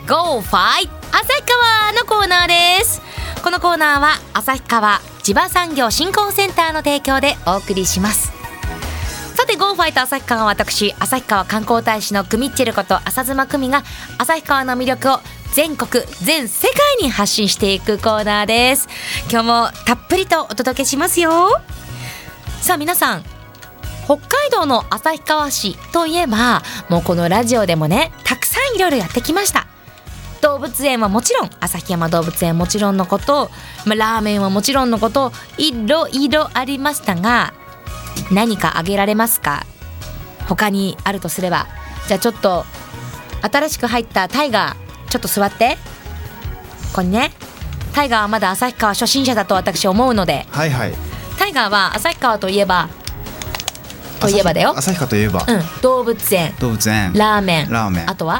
Go Fight 旭川のコーナーです。このコーナーは旭川地場産業振興センターの提供でお送りします。さて Go Fight 旭川は私旭川観光大使のクミッチェルこと浅妻久美が旭川の魅力を全国全世界に発信していくコーナーです。今日もたっぷりとお届けしますよ。さあ皆さん、北海道の旭川市といえばもうこのラジオでもねたくさんいろいろやってきました。動物園はもちろん、旭山動物園もちろんのこと、ラーメンはもちろんのこと、いろいろありましたが、何か挙げられますか？他にあるとすれば。じゃあちょっと新しく入ったタイガー、ちょっと座って。ここにね、タイガーはまだ旭川初心者だと私思うので、 はいはい、 タイガーは旭川といえばだよ。 旭川といえば、 動物園、ラーメン、あとは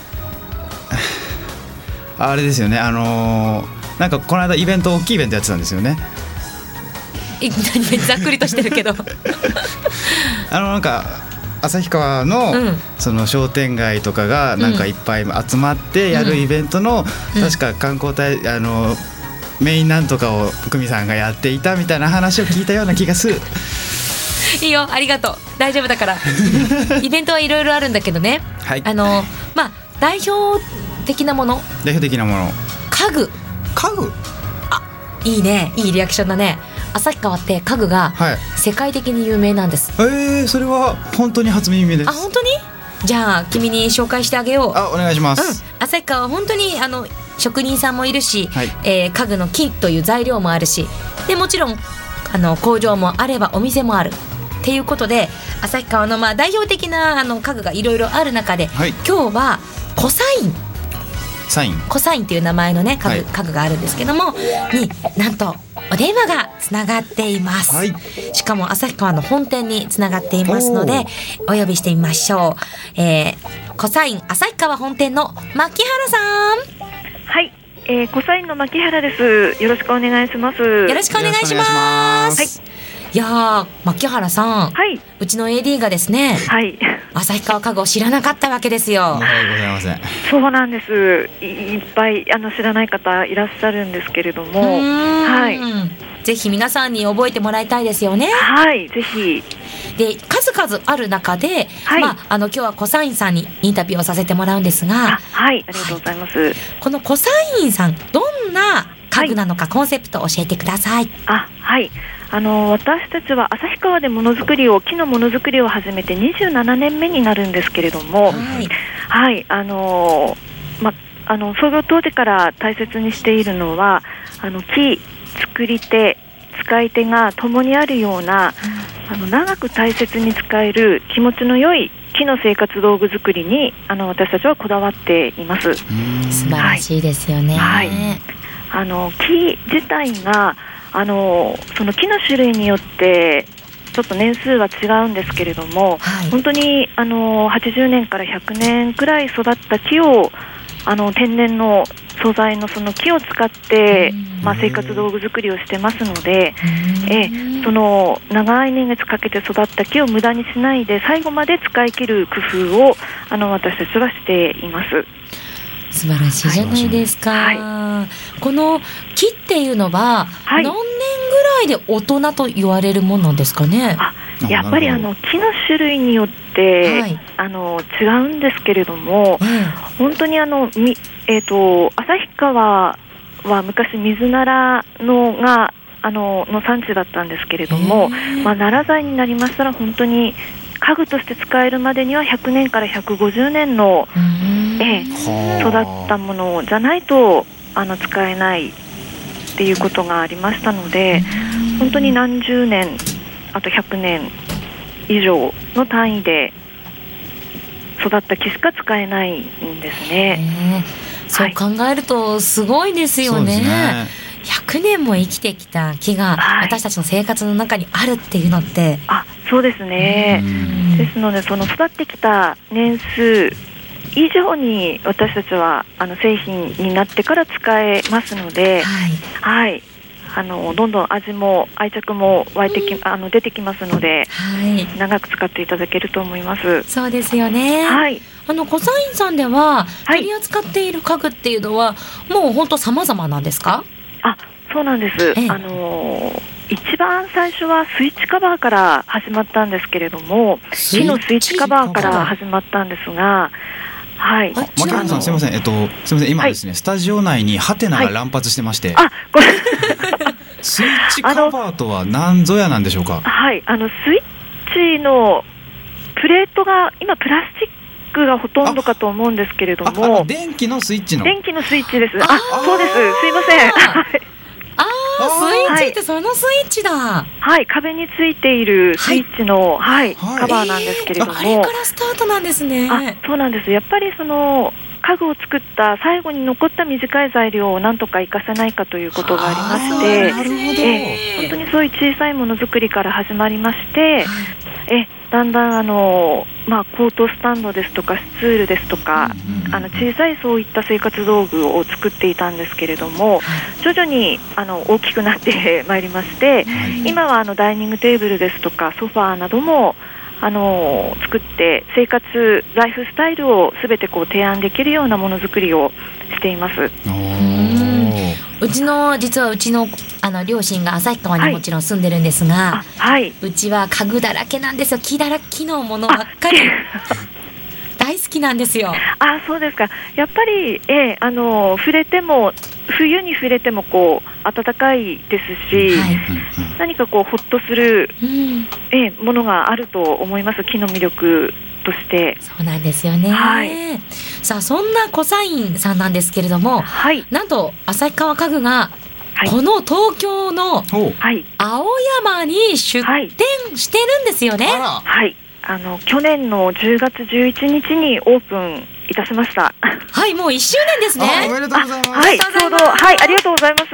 あれですよね、なんかこの間大きいイベントやってたんですよね。 ざっくりとしてるけどなんか旭川の、その商店街とかがなんかいっぱい集まってやるイベントの、確か観光大メインなんとかを久美さんがやっていたみたいな話を聞いたような気がするいいよ、ありがとう、大丈夫だからイベントはいろいろあるんだけどね、 はい、 代表的なもの、 家具、 あ、いいね、いいリアクションだね。旭川って家具が世界的に有名なんです。 それは本当に初耳です。 あ、本当に？じゃあ君に紹介してあげよう。 お願いします。 旭川は本当に職人さんもいるし、家具の木という材料もあるし、でもちろん工場もあればお店もあるっていうことで、旭川の代表的な家具がいろいろある中で、今日はコサインっていう名前のね家具があるんですけども、になんとお電話がつながっています、しかも旭川の本店につながっていますのでお呼びしてみましょう。コサイン旭川本店の牧原さん。 はい、コサインの牧原です。よろしくお願いします。よろしくお願いします。いや牧原さん、うちの AD がですね、旭川家具を知らなかったわけですよ。 申し訳ございません。 そうなんです。いっぱい知らない方いらっしゃるんですけれども、 ぜひ皆さんに覚えてもらいたいですよね。 ぜひ。 で、数々ある中で、今日はコサインさんにインタビューをさせてもらうんですが、 ありがとうございます。 このコサインさん、どんな家具なのか、コンセプトを教えてください。 私たちは旭川で木のものづくりを始めて27年目になるんですけれども、創業当時から大切にしているのは木、作り手、使い手が共にあるような、長く大切に使える気持ちの良い木の生活道具作りに私たちはこだわっています。 素晴らしいですよね。 木自体がその木の種類によってちょっと年数は違うんですけれども、本当に80年から100年くらい育った木を天然の素材のその木を使って生活道具作りをしてますので、その長い年月かけて育った木を無駄にしないで最後まで使い切る工夫を私たちはしています。 素晴らしいじゃないですか。この木っていうのは何年ぐらいで大人と言われるものなんですかね。 やっぱり木の種類によって、違うんですけれども、本当に旭川は昔ミズナラの産地だったんですけれども、奈良材になりましたら本当に家具として使えるまでには100年から150年の育ったものじゃないと使えないっていうことがありましたので、本当に何十年、あと100年以上の単位で育った木しか使えないんですね。 そう考えるとすごいですよね。100年も生きてきた木が私たちの生活の中にあるっていうのって、 そうですね。ですのでその育ってきた年数以上に私たちは製品になってから使えますので、 どんどん味も愛着も湧いて出てきますので、 はい、 長く使っていただけると思います。 そうですよね。 はい、 コサインさんでは取り扱っている家具っていうのは、もう本当様々なんですか？ そうなんです。一番最初はスイッチカバーから始まったんですけれども、木のスイッチカバーから始まったんですが、はい。 牧原さん、すみません、すみません、今ですね、スタジオ内にハテナが乱発してまして、 これスイッチカバーとは何ぞやなんでしょうか？ はい、スイッチのプレートが今プラスチックがほとんどかと思うんですけれども、 電気のスイッチの。 電気のスイッチです。そうです。すいません。 スイッチってそのスイッチだ。 はい、壁についているスイッチの、カバーなんですけれども、 あれからスタートなんですね。 そうなんです。やっぱりその家具を作った最後に残った短い材料をなんとか活かせないかということがありまして、 なるほど。 本当にそういう小さいものづくりから始まりまして、だんだんコートスタンドですとかスツールですとか、小さいそういった生活道具を作っていたんですけれども、徐々に大きくなってまいりまして、今はダイニングテーブルですとかソファーなども作って生活ライフスタイルをすべて提案できるようなものづくりをしています。 実はうちの両親が旭川にもちろん住んでるんですが、うちは家具だらけなんですよ。木のものばっかり大好きなんですよ。 そうですか。やっぱり、触れても冬に触れても暖かいですし、何かほっとする、ものがあると思います。木の魅力として。 そうなんですよね。さあ、そんなコサインさんなんですけれども、なんと旭川家具がこの東京の青山に出店してるんですよね。 去年の10月11日にオープンいたしました。 もう1周年ですね。 おめでとうございます。 ちょうど、ありがとうございます。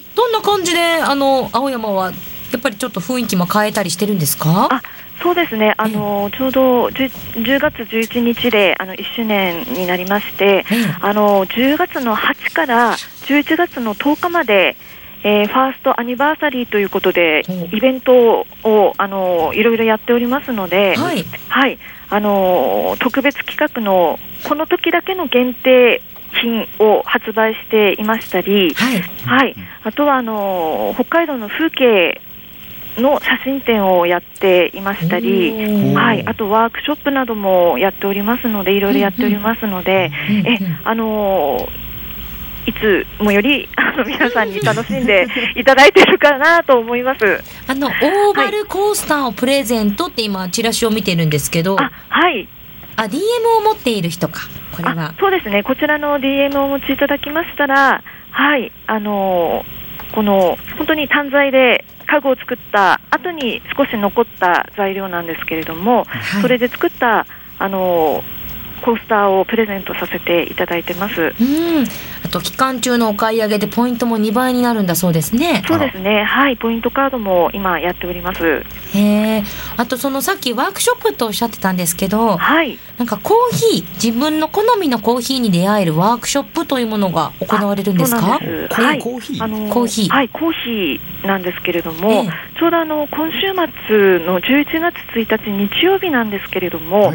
どんな感じで青山はやっぱりちょっと雰囲気も変えたりしてるんですか？ そうですね。ちょうど10月11日で1周年になりまして、10月の8から11月の10日までファーストアニバーサリーということでイベントをいろいろやっておりますので、特別企画のこの時だけの限定品を発売していましたり、あとは北海道の風景の写真展をやっていましたり、あとワークショップなどもやっておりますので、いろいろやっておりますので、いつもより皆さんに楽しんでいただいているかなと思います。 オーバルコースターをプレゼントって今チラシを見てるんですけど、DM を持っている人か、これは。 そうですね。こちらの DM をお持ちいただきましたら、この本当に単材で家具を作った後に少し残った材料なんですけれども、それで作ったコースターをプレゼントさせていただいてます。 あと期間中のお買い上げでポイントも2倍になるんだそうですね。 そうですね。ポイントカードも今やっております。 あとさっきワークショップとおっしゃってたんですけど、なんかコーヒー、自分の好みのコーヒーに出会えるワークショップというものが行われるんですか？ そうなんです。 コーヒーなんですけれども、ちょうど今週末の11月1日日曜日なんですけれども、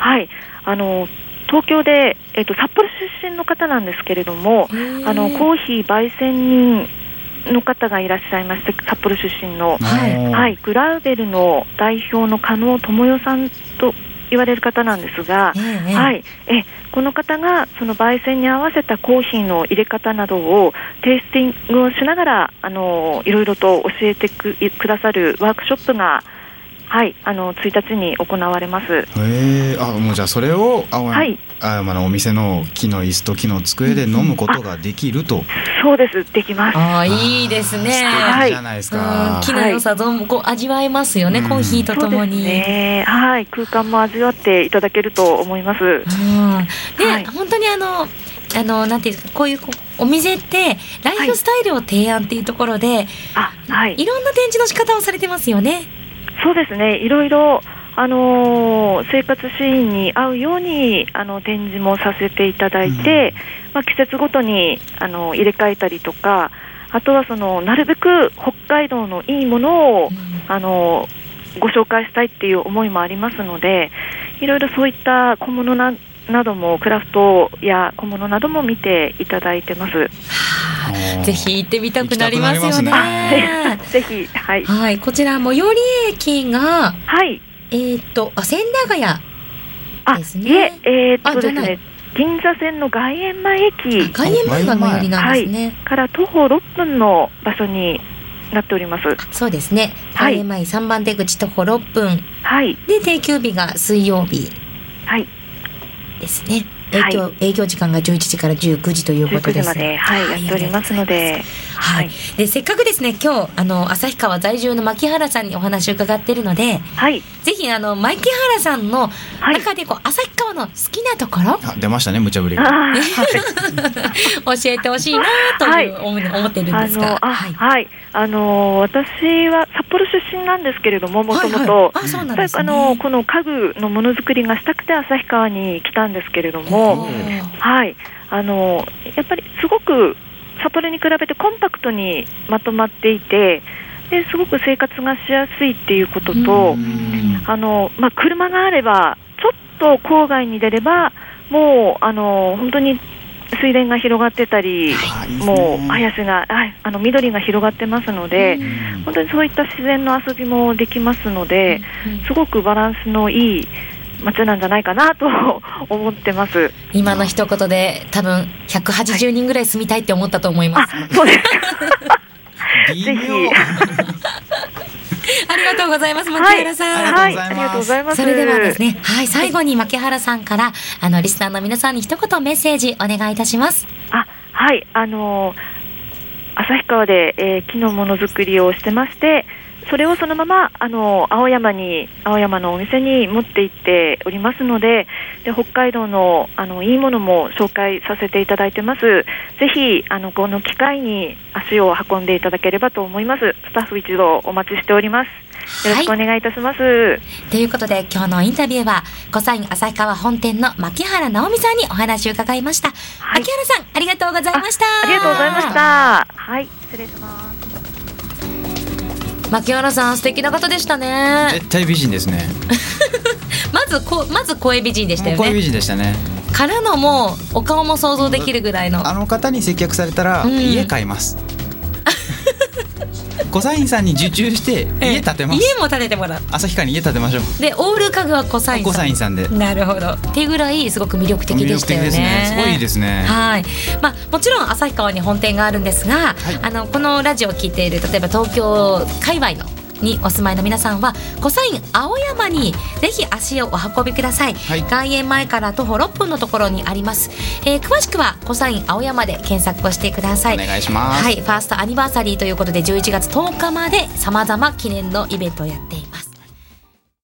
東京で、札幌出身の方なんですけれども、コーヒー焙煎人の方がいらっしゃいまして、札幌出身の、グラウベルの代表の加納智代さんと言われる方なんですが、この方がその焙煎に合わせたコーヒーの入れ方などをテイスティングをしながらいろいろと教えてくださるワークショップが1日に行われます。 もうじゃあそれを青山のお店の木の椅子と木の机で飲むことができると。 そうです、できます。 いいですね。 素敵じゃないですか。 木の良さ味わえますよね、コーヒーとともに。 そうですね。空間も味わっていただけると思います。 本当になんていうか、こういうお店ってライフスタイルを提案っていうところで、いろんな展示の仕方をされてますよね。 そうですね。いろいろ生活シーンに合うように展示もさせていただいて、季節ごとに入れ替えたりとか、あとはなるべく北海道のいいものを、ご紹介したいっていう思いもありますので、いろいろそういった小物なども、クラフトや小物なども見ていただいてます。 ぜひ行ってみたくなりますよね。 ぜひ、はい、 はい、こちら最寄り駅が、 はい、 千駄ヶ谷ですね。 ですね、銀座線の外苑前駅、 外苑前が最寄りなんですね。 から徒歩6分の場所になっております。 そうですね。外苑前3番出口徒歩6分。はい。で定休日が水曜日。はい。ですね。営業時間が11時から19時ということです。 19時まで、はい、やっておりますので、 はい。でせっかくですね、今日旭川在住の牧原さんにお話を伺っているので、はい。ぜひ牧原さんの中で旭川の好きなところ、 出ましたね、無茶ぶりが。 教えてほしいなという思ってるんですが、 はい。私は札幌出身なんですけれども、もともとこの家具のものづくりがしたくて旭川に来たんですけれども、はい、やっぱりすごく札幌に比べてコンパクトにまとまっていて、ですごく生活がしやすいっていうことと、車があればちょっと郊外に出ればもう本当に水田が広がってたり、もう林が緑が広がってますので、本当にそういった自然の遊びもできますので、すごくバランスのいい街なんじゃないかなと思ってます。 今の一言で多分180人ぐらい住みたいって思ったと思います。 そうですか。ぜひ。 ありがとうございます、牧原さん。 ありがとうございます。 それではですね、最後に牧原さんからリスナーの皆さんに一言メッセージお願いいたします。 はい、旭川で、木のものづくりをしてまして、それをそのまま青山のお店に持って行っておりますので、北海道のいいものも紹介させていただいてます。ぜひこの機会に足を運んでいただければと思います。スタッフ一同お待ちしております。よろしくお願いいたします。 ということで今日のインタビューはコサイン旭川本店の牧原直美さんにお話を伺いました。牧原さん、ありがとうございました。 ありがとうございました。はい、失礼します。 牧原さん、素敵な方でしたね。 絶対美人ですね。 まず声美人でしたよね。 声美人でしたね。 からのもうお顔も想像できるぐらいの。 あの方に接客されたら、家買います。コサインさんに受注して家建てます。 家も建ててもらう。 旭川に家建てましょう。 でオール家具はコサインさんで。なるほど。っていうぐらいすごく魅力的でしたよね。 すごいいいですね。 はい。もちろん旭川に本店があるんですが、このラジオを聞いている例えば東京界隈のにお住まいの皆さんはコサイン青山にぜひ足をお運びください。外苑前から徒歩6分のところにあります。詳しくはコサイン青山で検索をしてください。 お願いします。 はい、ファーストアニバーサリーということで11月10日までさまざま記念のイベントをやっています。